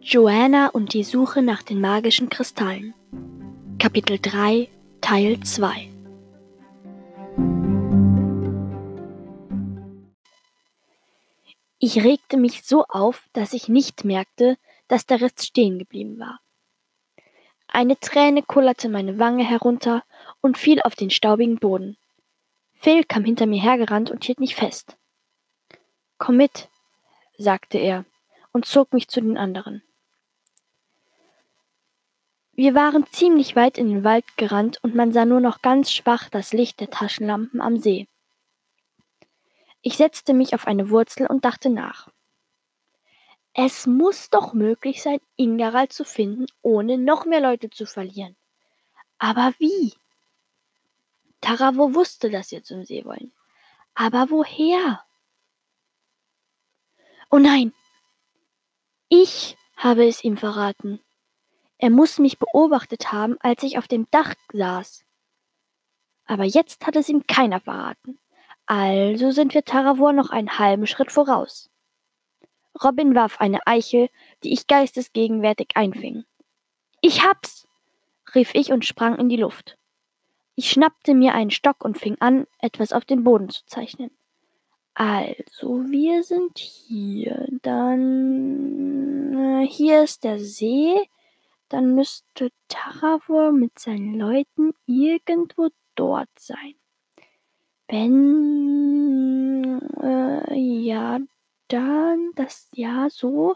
Joanna und die Suche nach den magischen Kristallen. Kapitel 3, Teil 2. Ich regte mich so auf, dass ich nicht merkte, dass der Rest stehen geblieben war. Eine Träne kullerte meine Wange herunter und fiel auf den staubigen Boden. Phil kam hinter mir hergerannt und hielt mich fest. »Komm mit«, sagte er und zog mich zu den anderen. Wir waren ziemlich weit in den Wald gerannt und man sah nur noch ganz schwach das Licht der Taschenlampen am See. Ich setzte mich auf eine Wurzel und dachte nach. Es muss doch möglich sein, Ingaral zu finden, ohne noch mehr Leute zu verlieren. Aber wie? Taravor wusste, dass wir zum See wollen. Aber woher? Oh nein! Ich habe es ihm verraten. Er muss mich beobachtet haben, als ich auf dem Dach saß. Aber jetzt hat es ihm keiner verraten. Also sind wir Taravor noch einen halben Schritt voraus. Robin warf eine Eichel, die ich geistesgegenwärtig einfing. »Ich hab's«, rief ich und sprang in die Luft. Ich schnappte mir einen Stock und fing an, etwas auf dem Boden zu zeichnen. Also, wir sind hier, dann hier ist der See, dann müsste Taravor mit seinen Leuten irgendwo dort sein. Wenn, ja, dann, das, ja, so,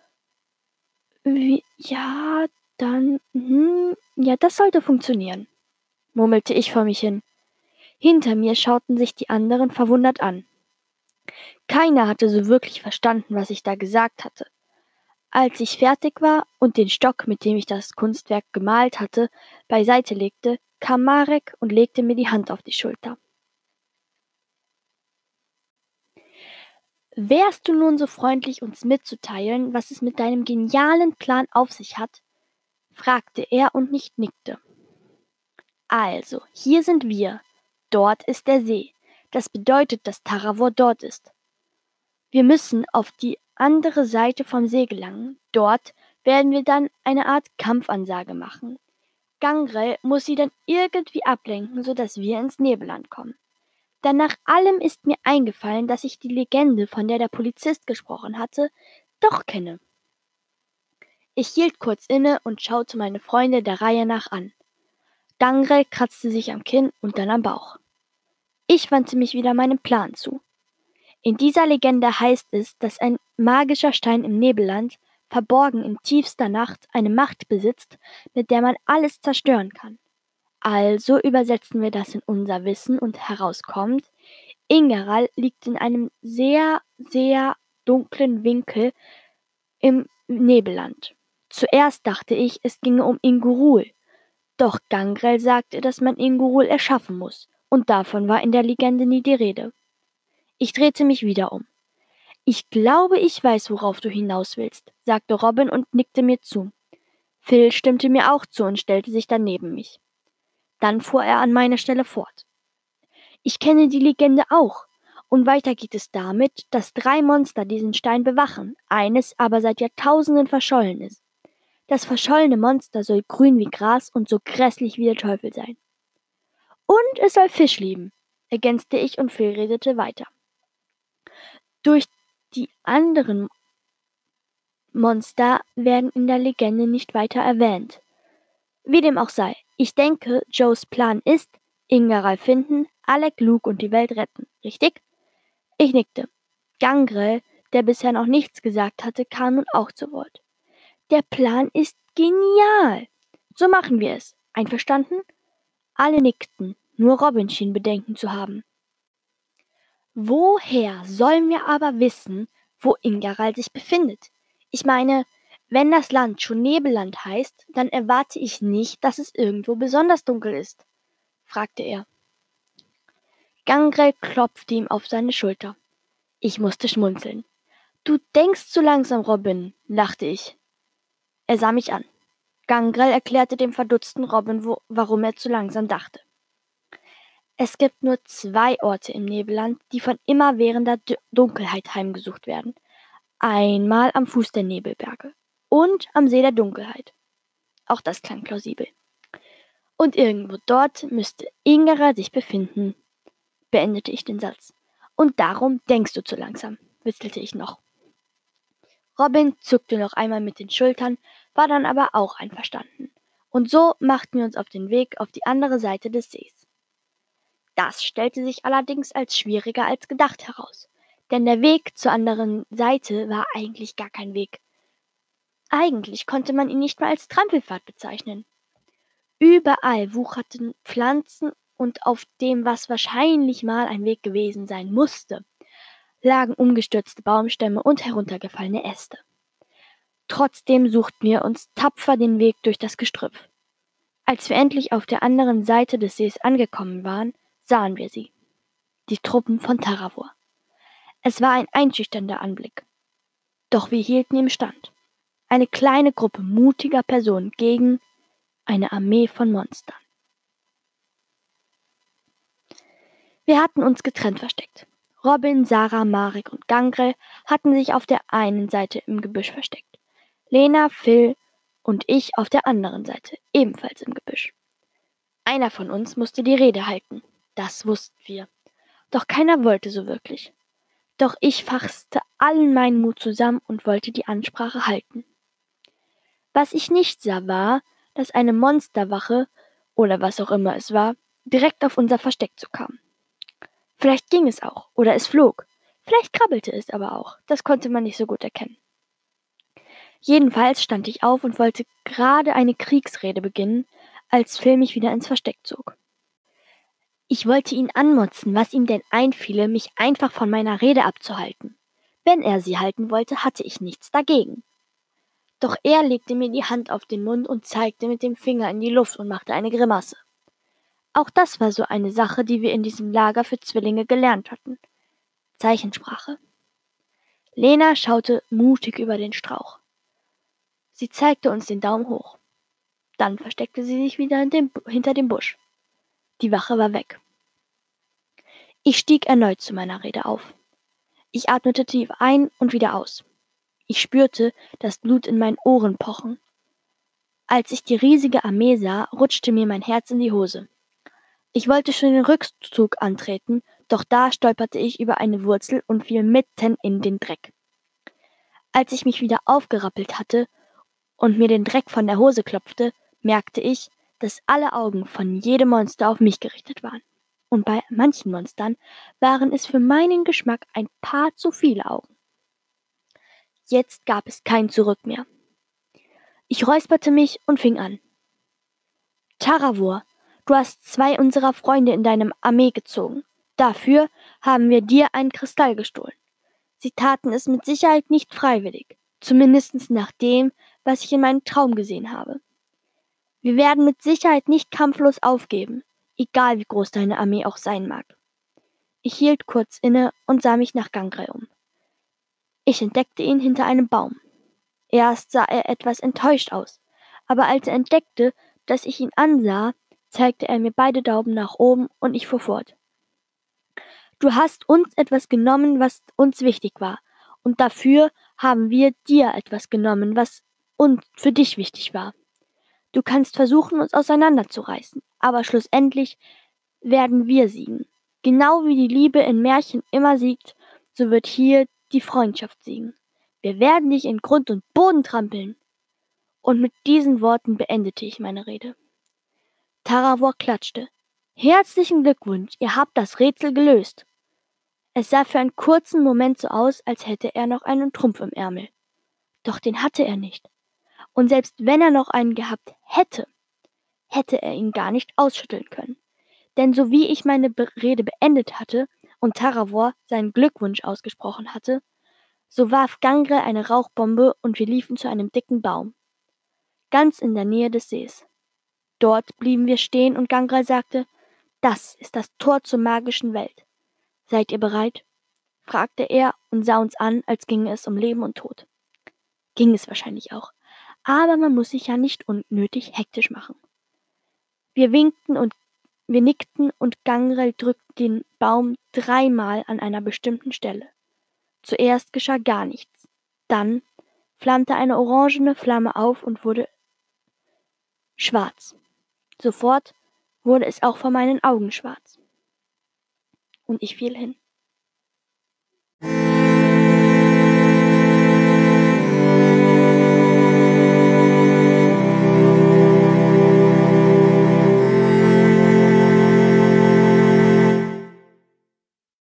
ja, dann, ja, das sollte funktionieren, murmelte ich vor mich hin. Hinter mir schauten sich die anderen verwundert an. Keiner hatte so wirklich verstanden, was ich da gesagt hatte. Als ich fertig war und den Stock, mit dem ich das Kunstwerk gemalt hatte, beiseite legte, kam Marek und legte mir die Hand auf die Schulter. »Wärst du nun so freundlich, uns mitzuteilen, was es mit deinem genialen Plan auf sich hat?« fragte er und ich nickte. »Also, hier sind wir. Dort ist der See. Das bedeutet, dass Taravor dort ist. Wir müssen auf die andere Seite vom See gelangen. Dort werden wir dann eine Art Kampfansage machen. Gangrel muss sie dann irgendwie ablenken, sodass wir ins Nebelland kommen. Dann nach allem ist mir eingefallen, dass ich die Legende, von der der Polizist gesprochen hatte, doch kenne.« Ich hielt kurz inne und schaute meine Freunde der Reihe nach an. Gangrel kratzte sich am Kinn und dann am Bauch. Ich wandte mich wieder meinem Plan zu. In dieser Legende heißt es, dass ein magischer Stein im Nebelland, verborgen in tiefster Nacht, eine Macht besitzt, mit der man alles zerstören kann. Also übersetzen wir das in unser Wissen und herauskommt, Ingaral liegt in einem sehr, sehr dunklen Winkel im Nebelland. Zuerst dachte ich, es ginge um Ingurul. Doch Gangrel sagte, dass man Ingurul erschaffen muss, und davon war in der Legende nie die Rede. Ich drehte mich wieder um. »Ich glaube, ich weiß, worauf du hinaus willst«, sagte Robin und nickte mir zu. Phil stimmte mir auch zu und stellte sich dann neben mich. Dann fuhr er an meiner Stelle fort. »Ich kenne die Legende auch. Und weiter geht es damit, dass 3 Monster diesen Stein bewachen, eines aber seit Jahrtausenden verschollen ist. Das verschollene Monster soll grün wie Gras und so grässlich wie der Teufel sein. Und es soll Fisch lieben«, ergänzte ich und Phil redete weiter. Durch die anderen Monster werden in der Legende nicht weiter erwähnt. Wie dem auch sei, ich denke, Joes Plan ist, Ingaral finden, Alec, Luke und die Welt retten, richtig? Ich nickte. Gangrel, der bisher noch nichts gesagt hatte, kam nun auch zu Wort. Der Plan ist genial. So machen wir es. Einverstanden? Alle nickten, nur Robin schien Bedenken zu haben. Woher sollen wir aber wissen, wo Ingaral sich befindet? Ich meine, wenn das Land schon Nebelland heißt, dann erwarte ich nicht, dass es irgendwo besonders dunkel ist, fragte er. Gangrel klopfte ihm auf seine Schulter. Ich musste schmunzeln. Du denkst zu langsam, Robin, lachte ich. Er sah mich an. Gangrel erklärte dem verdutzten Robin, warum er zu langsam dachte. Es gibt nur 2 Orte im Nebelland, die von immerwährender Dunkelheit heimgesucht werden. Einmal am Fuß der Nebelberge und am See der Dunkelheit. Auch das klang plausibel. Und irgendwo dort müsste Ingera sich befinden, beendete ich den Satz. Und darum denkst du zu langsam, witzelte ich noch. Robin zuckte noch einmal mit den Schultern, war dann aber auch einverstanden. Und so machten wir uns auf den Weg auf die andere Seite des Sees. Das stellte sich allerdings als schwieriger als gedacht heraus, denn der Weg zur anderen Seite war eigentlich gar kein Weg. Eigentlich konnte man ihn nicht mal als Trampelpfad bezeichnen. Überall wucherten Pflanzen und auf dem, was wahrscheinlich mal ein Weg gewesen sein musste, lagen umgestürzte Baumstämme und heruntergefallene Äste. Trotzdem suchten wir uns tapfer den Weg durch das Gestrüpp. Als wir endlich auf der anderen Seite des Sees angekommen waren, sahen wir sie. Die Truppen von Taravor. Es war ein einschüchternder Anblick. Doch wir hielten ihm stand. Eine kleine Gruppe mutiger Personen gegen eine Armee von Monstern. Wir hatten uns getrennt versteckt. Robin, Sarah, Marek und Gangrel hatten sich auf der einen Seite im Gebüsch versteckt. Lena, Phil und ich auf der anderen Seite, ebenfalls im Gebüsch. Einer von uns musste die Rede halten, das wussten wir. Doch keiner wollte so wirklich. Doch ich fasste allen meinen Mut zusammen und wollte die Ansprache halten. Was ich nicht sah, war, dass eine Monsterwache, oder was auch immer es war, direkt auf unser Versteck zukam. Vielleicht ging es auch, oder es flog. Vielleicht krabbelte es aber auch, das konnte man nicht so gut erkennen. Jedenfalls stand ich auf und wollte gerade eine Kriegsrede beginnen, als Phil mich wieder ins Versteck zog. Ich wollte ihn anmotzen, was ihm denn einfiele, mich einfach von meiner Rede abzuhalten. Wenn er sie halten wollte, hatte ich nichts dagegen. Doch er legte mir die Hand auf den Mund und zeigte mit dem Finger in die Luft und machte eine Grimasse. Auch das war so eine Sache, die wir in diesem Lager für Zwillinge gelernt hatten. Zeichensprache. Lena schaute mutig über den Strauch. Sie zeigte uns den Daumen hoch. Dann versteckte sie sich wieder hinter dem Busch. Die Wache war weg. Ich stieg erneut zu meiner Rede auf. Ich atmete tief ein und wieder aus. Ich spürte das Blut in meinen Ohren pochen. Als ich die riesige Armee sah, rutschte mir mein Herz in die Hose. Ich wollte schon den Rückzug antreten, doch da stolperte ich über eine Wurzel und fiel mitten in den Dreck. Als ich mich wieder aufgerappelt hatte und mir den Dreck von der Hose klopfte, merkte ich, dass alle Augen von jedem Monster auf mich gerichtet waren. Und bei manchen Monstern waren es für meinen Geschmack ein paar zu viele Augen. Jetzt gab es kein Zurück mehr. Ich räusperte mich und fing an. Taravor, du hast 2 unserer Freunde in deine Armee gezogen. Dafür haben wir dir einen Kristall gestohlen. Sie taten es mit Sicherheit nicht freiwillig, zumindest nach dem, was ich in meinem Traum gesehen habe. Wir werden mit Sicherheit nicht kampflos aufgeben, egal wie groß deine Armee auch sein mag. Ich hielt kurz inne und sah mich nach Gangrel um. Ich entdeckte ihn hinter einem Baum. Erst sah er etwas enttäuscht aus, aber als er entdeckte, dass ich ihn ansah, zeigte er mir beide Daumen nach oben und ich fuhr fort. Du hast uns etwas genommen, was uns wichtig war, und dafür haben wir dir etwas genommen, was uns für dich wichtig war. Du kannst versuchen, uns auseinanderzureißen, aber schlussendlich werden wir siegen. Genau wie die Liebe in Märchen immer siegt, so wird hier die Freundschaft siegen. Wir werden dich in Grund und Boden trampeln. Und mit diesen Worten beendete ich meine Rede. Taravor klatschte. Herzlichen Glückwunsch, ihr habt das Rätsel gelöst. Es sah für einen kurzen Moment so aus, als hätte er noch einen Trumpf im Ärmel. Doch den hatte er nicht. Und selbst wenn er noch einen gehabt hätte, hätte er ihn gar nicht ausschütteln können. Denn so wie ich meine Rede beendet hatte und Taravor seinen Glückwunsch ausgesprochen hatte, so warf Gangrel eine Rauchbombe und wir liefen zu einem dicken Baum, ganz in der Nähe des Sees. Dort blieben wir stehen und Gangrel sagte, das ist das Tor zur magischen Welt. Seid ihr bereit? Fragte er und sah uns an, als ginge es um Leben und Tod. Ging es wahrscheinlich auch, aber man muss sich ja nicht unnötig hektisch machen. Wir nickten und Gangrel drückte den Baum 3-mal an einer bestimmten Stelle. Zuerst geschah gar nichts. Dann flammte eine orangene Flamme auf und wurde schwarz. Sofort wurde es auch vor meinen Augen schwarz. Und ich fiel hin.